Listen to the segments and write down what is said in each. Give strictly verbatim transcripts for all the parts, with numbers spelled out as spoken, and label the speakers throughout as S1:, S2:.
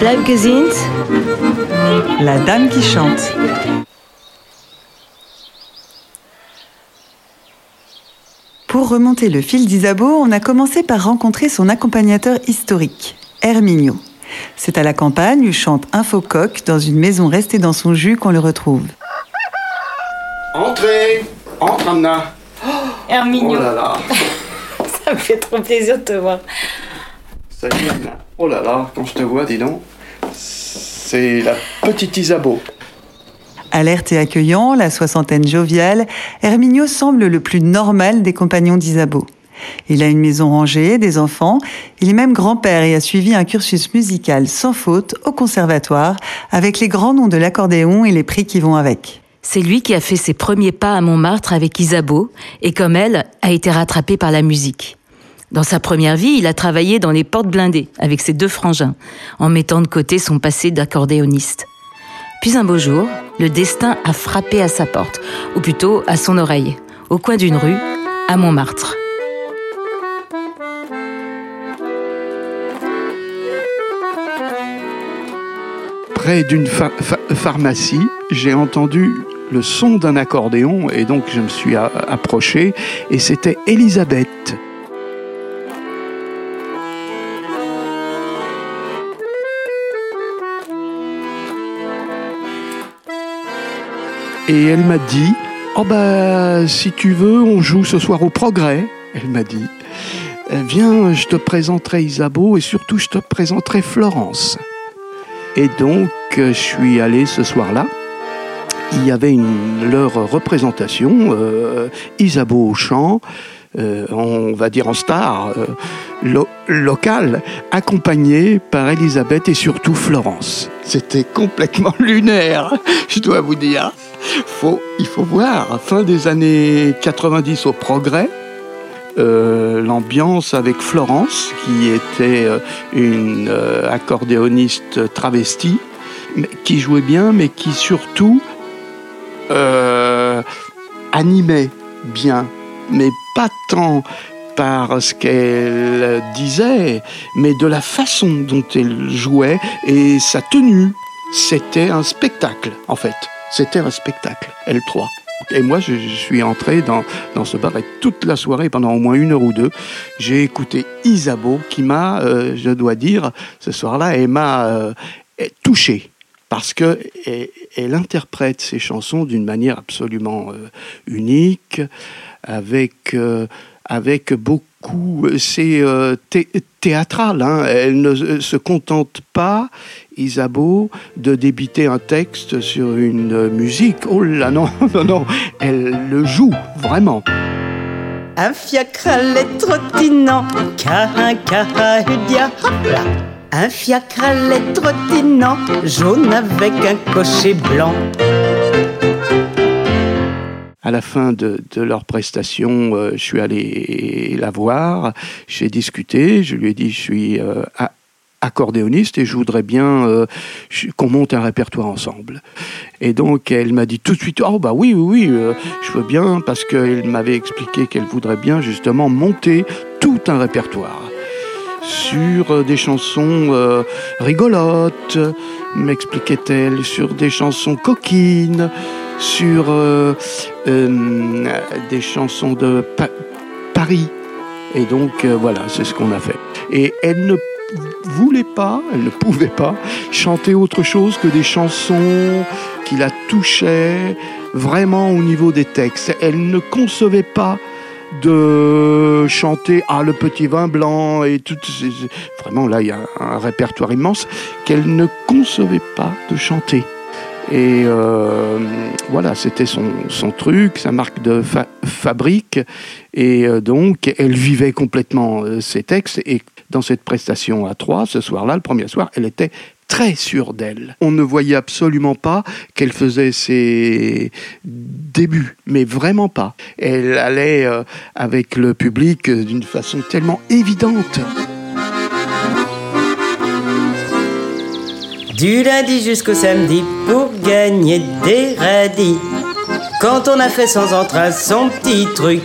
S1: Bleib gesund.
S2: La dame qui chante. Pour remonter le fil d'Isabeau, on a commencé par rencontrer son accompagnateur historique, Herminio. C'est à la campagne où chante un faux coq dans une maison restée dans son jus qu'on le retrouve.
S3: Entrez, entre Anna.
S1: Oh, Herminio.
S3: Oh là là.
S1: Ça me fait trop plaisir de te voir.
S3: Salut Anna. Oh là là, quand je te vois, dis donc, c'est la petite Isabeau.
S2: Alerte et accueillant, la soixantaine joviale, Herminio semble le plus normal des compagnons d'Isabeau. Il a une maison rangée, des enfants, il est même grand-père et a suivi un cursus musical sans faute au conservatoire, avec les grands noms de l'accordéon et les prix qui vont avec.
S1: C'est lui qui a fait ses premiers pas à Montmartre avec Isabeau, et comme elle, a été rattrapé par la musique. Dans sa première vie, il a travaillé dans les portes blindées avec ses deux frangins, en mettant de côté son passé d'accordéoniste. Puis un beau jour, le destin a frappé à sa porte, ou plutôt à son oreille, au coin d'une rue, à Montmartre.
S3: Près d'une pha- pha- pharmacie, j'ai entendu le son d'un accordéon et donc je me suis a- approché et c'était Elisabeth. Et elle m'a dit « Oh bah, si tu veux, on joue ce soir au Progrès. » Elle m'a dit « Viens, je te présenterai Isabeau et surtout je te présenterai Florence. » Et donc, je suis allé ce soir-là. Il y avait une, leur représentation, euh, Isabeau au chant, euh, on va dire en star euh, lo- locale, accompagnée par Elisabeth et surtout Florence. C'était complètement lunaire, je dois vous dire. Faut, il faut voir, fin des années quatre-vingt-dix au Progrès, euh, l'ambiance avec Florence, qui était euh, une euh, accordéoniste travestie, mais, qui jouait bien, mais qui surtout euh, animait bien, mais pas tant par ce qu'elle disait, mais de la façon dont elle jouait et sa tenue. C'était un spectacle, en fait. C'était un spectacle, L trois. Et moi, je, je suis entré dans, dans ce bar et toute la soirée, pendant au moins une heure ou deux, j'ai écouté Isabeau qui m'a, euh, je dois dire, ce soir-là, elle m'a euh, touché. Parce qu'elle elle interprète ses chansons d'une manière absolument euh, unique, avec, euh, avec beaucoup... C'est euh, thé, théâtral, hein. Elle ne se contente pas, Isabeau, de débiter un texte sur une musique. Oh là non, non, non, elle le joue, vraiment.
S4: Un fiacre allait trottinant, qu'un cahudia, hop là. Un fiacre allait trottinant, jaune avec un cocher blanc.
S3: À la fin de, de leur prestation, euh, je suis allé la voir, j'ai discuté, je lui ai dit je suis euh, à, accordéoniste et je voudrais bien euh, qu'on monte un répertoire ensemble. Et donc elle m'a dit tout de suite, oh bah oui, oui, oui, euh, je veux bien, parce qu'elle m'avait expliqué qu'elle voudrait bien justement monter tout un répertoire sur euh, des chansons euh, rigolotes, m'expliquait-elle, sur des chansons coquines, sur euh, euh, des chansons de pa- Paris. Et donc euh, voilà, c'est ce qu'on a fait. Et elle ne voulait pas, elle ne pouvait pas chanter autre chose que des chansons qui la touchaient vraiment au niveau des textes. Elle ne concevait pas de chanter ah le petit vin blanc et tout. Vraiment là, il y a un répertoire immense qu'elle ne concevait pas de chanter. Et euh, voilà, c'était son, son truc, sa marque de fa- fabrique. Et euh, donc, elle vivait complètement euh, ses textes. Et dans cette prestation à trois, ce soir-là, le premier soir, elle était très sûre d'elle. On ne voyait absolument pas qu'elle faisait ses débuts, mais vraiment pas. Elle allait euh, avec le public euh, d'une façon tellement évidente.
S4: Du lundi jusqu'au samedi pour gagner des radis. Quand on a fait sans entrain son petit truc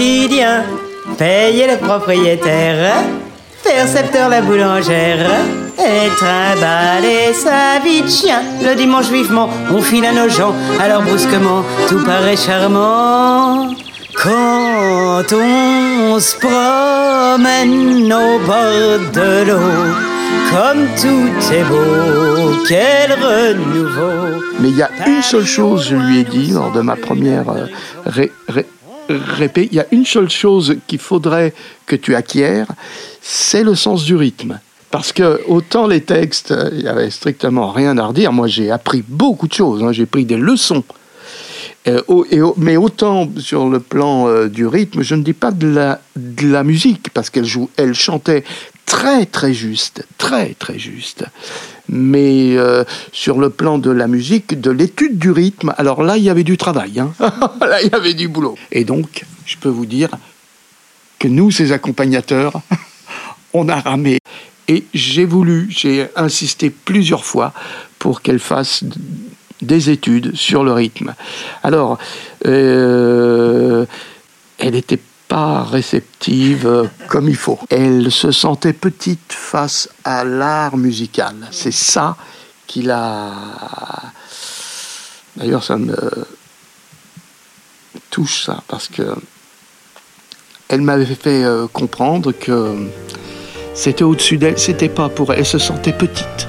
S4: quotidien, payer le propriétaire, percepteur la boulangère. et trimballer sa vie de chien. Le dimanche vivement, on file à nos gens, alors brusquement, tout paraît charmant. Quand on se promène au bord de l'eau, comme tout est beau, quel renouveau.
S3: Mais il y a une seule chose, je lui ai dit lors de ma première euh, ré, ré, répé, il y a une seule chose qu'il faudrait que tu acquières, c'est le sens du rythme. Parce que autant les textes, il n'y avait strictement rien à redire. Moi, j'ai appris beaucoup de choses, hein, j'ai pris des leçons. Euh, et, mais autant sur le plan euh, du rythme, je ne dis pas de la, de la musique, parce qu'elle joue, elle chantait très très juste, très très juste. Mais euh, sur le plan de la musique, de l'étude du rythme, alors là il y avait du travail, hein. Là il y avait du boulot. Et donc, je peux vous dire que nous, ces accompagnateurs, on a ramé. Et j'ai voulu, j'ai insisté plusieurs fois pour qu'elle fasse des études sur le rythme. Alors, euh, elle n'était pas réceptive comme il faut. Elle se sentait petite face à l'art musical. C'est ça qui l'a... D'ailleurs, ça me touche, ça, parce que elle m'avait fait comprendre que c'était au-dessus d'elle, c'était pas pour elle. Elle se sentait petite.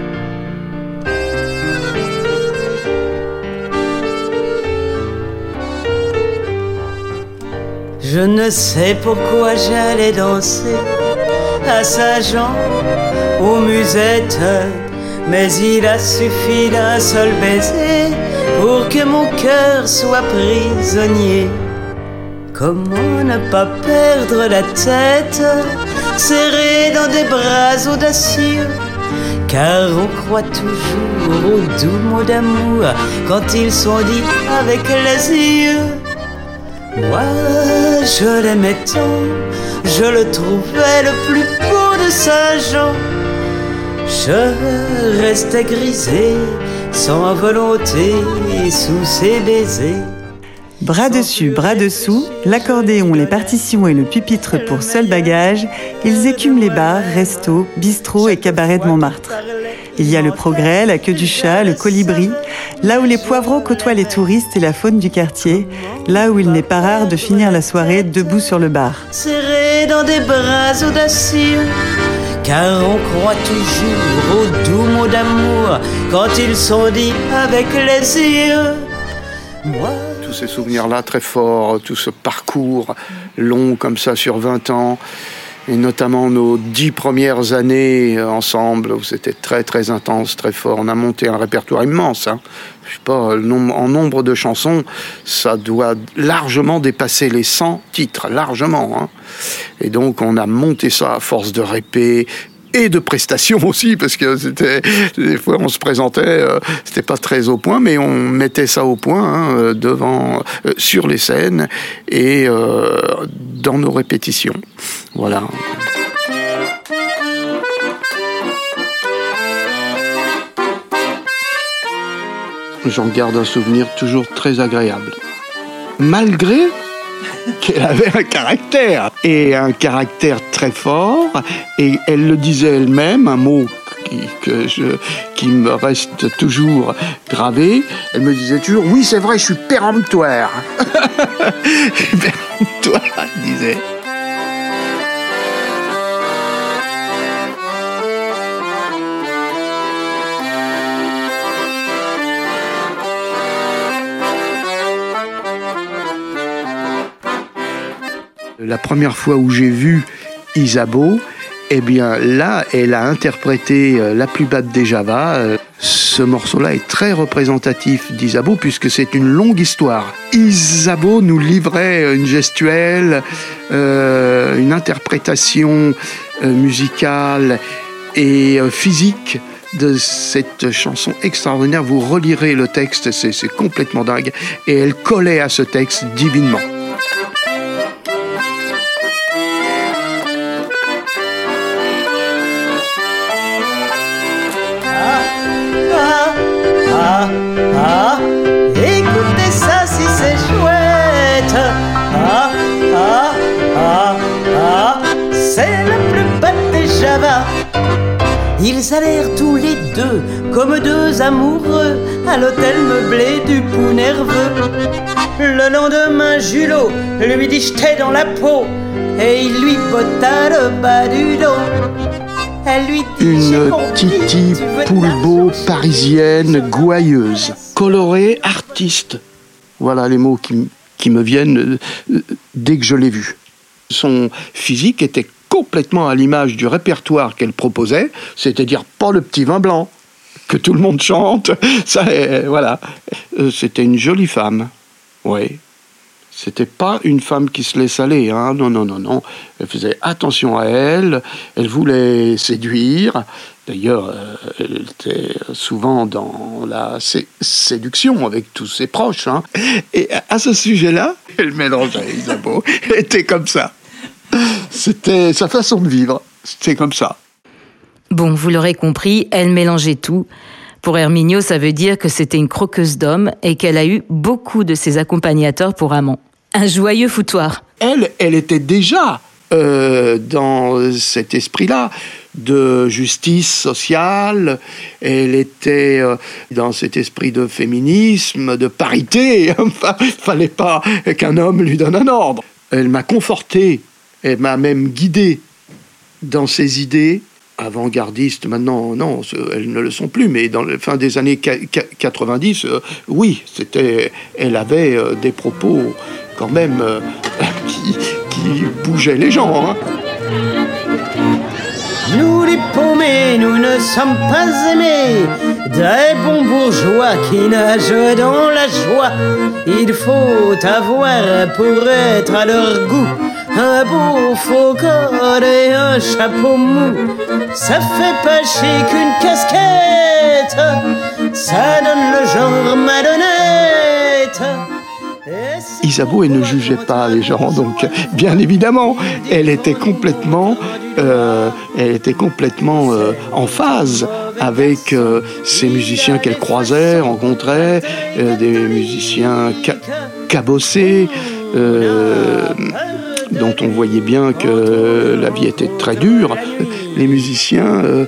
S4: Je ne sais pourquoi j'allais danser à Saint-Jean, aux musettes, mais il a suffi d'un seul baiser pour que mon cœur soit prisonnier. Comment ne pas perdre la tête, serré dans des bras audacieux, car on croit toujours aux doux mots d'amour quand ils sont dits avec les yeux. Moi, je l'aimais tant, je le trouvais le plus beau de Saint-Jean. Je restais grisé, sans volonté, sous ses baisers.
S2: Bras dessus, bras dessous, l'accordéon, les partitions et le pupitre pour seul bagage, ils écument les bars, restos, bistrots et cabarets de Montmartre. Il y a le Progrès, la Queue du Chat, le Colibri, là où les poivreaux côtoient les touristes et la faune du quartier, là où il n'est pas rare de finir la soirée debout sur le bar.
S4: Serré dans des bras audacieux, car on croit toujours aux doux mots d'amour quand ils sont dits avec les yeux. Moi,
S3: tous ces souvenirs-là très forts, tout ce parcours long comme ça sur vingt ans, et notamment nos dix premières années ensemble, où c'était très très intense, très fort. On a monté un répertoire immense, hein. Je sais pas, en nombre de chansons, ça doit largement dépasser les cent titres, largement, hein. Et donc on a monté ça à force de répé, et de prestations aussi, parce que c'était des fois on se présentait, euh, c'était pas très au point, mais on mettait ça au point, hein, devant, euh, sur les scènes et euh, dans nos répétitions. Voilà. J'en garde un souvenir toujours très agréable. Malgré qu'elle avait un caractère, et un caractère très fort, et elle le disait elle-même, un mot qui, que je, qui me reste toujours gravé, elle me disait toujours, oui c'est vrai, je suis péremptoire. Péremptoire, elle disait. La première fois où j'ai vu Isabeau, eh bien là, elle a interprété euh, La plus belle des Java. Euh, ce morceau-là est très représentatif d'Isabeau puisque c'est une longue histoire. Isabeau nous livrait une gestuelle, euh, une interprétation euh, musicale et euh, physique de cette chanson extraordinaire. Vous relirez le texte, c'est, c'est complètement dingue. Et elle collait à ce texte divinement.
S4: Ah, écoutez ça si c'est chouette. Ah, ah, ah, ah, c'est la plus belle des Java. Ils allèrent tous les deux, comme deux amoureux, à l'hôtel meublé du Pou nerveux. Le lendemain, Julot lui dit « j't'ai dans la peau » et il lui botta le bas du dos. Elle lui dit,
S3: une Titi Poulbeau parisienne, gouailleuse, colorée, artiste. Voilà les mots qui, qui me viennent euh, dès que je l'ai vue. Son physique était complètement à l'image du répertoire qu'elle proposait, c'est-à-dire pas le petit vin blanc que tout le monde chante. Ça, euh, voilà. Euh, c'était une jolie femme, oui. C'était pas une femme qui se laisse aller, hein. Non, non, non, non. Elle faisait attention à elle, elle voulait séduire. D'ailleurs, euh, elle était souvent dans la sé- séduction avec tous ses proches, hein. Et à ce sujet-là, elle mélangeait, Isabeau. Elle était comme ça. C'était sa façon de vivre. C'était comme ça.
S1: Bon, vous l'aurez compris, elle mélangeait tout. Pour Herminio, ça veut dire que c'était une croqueuse d'hommes et qu'elle a eu beaucoup de ses accompagnateurs pour amants. Un joyeux foutoir.
S3: Elle, elle était déjà euh, dans cet esprit-là de justice sociale. Elle était euh, dans cet esprit de féminisme, de parité. Enfin, il ne fallait pas qu'un homme lui donne un ordre. Elle m'a conforté, elle m'a même guidé dans ses idées. Avant-gardistes, maintenant, non, elles ne le sont plus, mais dans la fin des années quatre-vingt-dix, euh, oui, c'était, elle avait euh, des propos quand même euh, qui, qui bougeaient les gens. Hein.
S4: Nous les paumés, nous ne sommes pas aimés, des bons bourgeois qui nagent dans la joie. Il faut avoir pour être à leur goût un beau faux col et un chapeau mou. Ça fait pas chic une casquette, ça donne le genre malhonnête.
S3: Isabeau, elle ne jugeait pas les gens, donc bien évidemment, elle était complètement, euh, elle était complètement euh, en phase avec euh, ces musiciens qu'elle croisait, rencontrait, euh, des musiciens ca- cabossés, euh, dont on voyait bien que la vie était très dure. Les musiciens euh,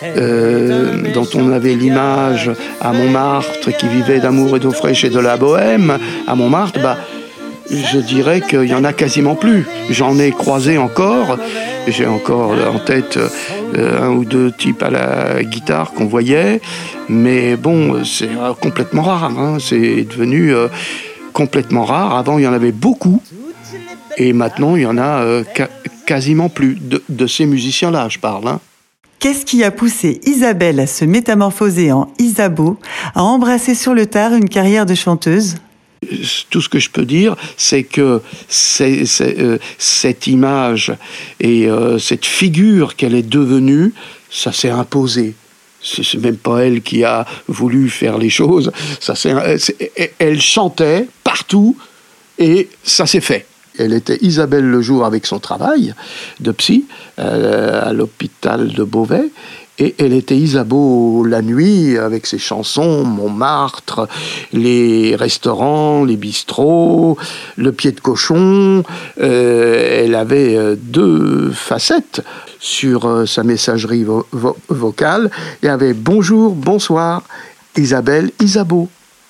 S3: euh, dont on avait l'image à Montmartre, qui vivaient d'amour et d'eau fraîche et de la bohème, à Montmartre, bah, je dirais qu'il n'y en a quasiment plus. J'en ai croisé encore, j'ai encore en tête euh, un ou deux types à la guitare qu'on voyait, mais bon, c'est euh, complètement rare, hein. C'est devenu euh, complètement rare. Avant, il y en avait beaucoup, et maintenant, il y en a euh, ca- quasiment plus, de, de ces musiciens-là, je parle. Hein.
S2: Qu'est-ce qui a poussé Isabelle à se métamorphoser en Isabeau, à embrasser sur le tard une carrière de chanteuse ?
S3: Tout ce que je peux dire, c'est que c'est, c'est, euh, cette image et euh, cette figure qu'elle est devenue, ça s'est imposé. C'est, c'est même pas elle qui a voulu faire les choses. Ça s'est, c'est, elle chantait partout et ça s'est fait. Elle était Isabelle le jour avec son travail de psy euh, à l'hôpital de Beauvais. Et elle était Isabeau la nuit avec ses chansons, Montmartre, les restaurants, les bistrots, le pied de cochon. Euh, elle avait deux facettes sur euh, sa messagerie vo- vo- vocale. Il y avait bonjour, bonsoir, Isabelle, Isabeau.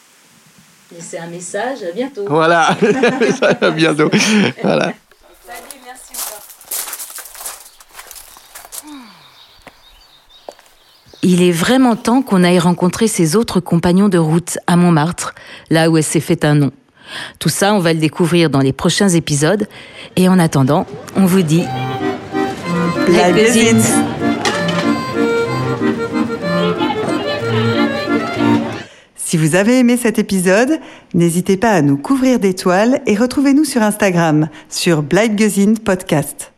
S1: Et c'est un message, à bientôt.
S3: Voilà, à bientôt. Voilà.
S1: Salut, merci encore. Il est vraiment temps qu'on aille rencontrer ses autres compagnons de route à Montmartre, là où elle s'est fait un nom. Tout ça, on va le découvrir dans les prochains épisodes. Et en attendant, on vous dit...
S2: La visite. Si vous avez aimé cet épisode, n'hésitez pas à nous couvrir d'étoiles et retrouvez-nous sur Instagram, sur Bleibgezin Podcast.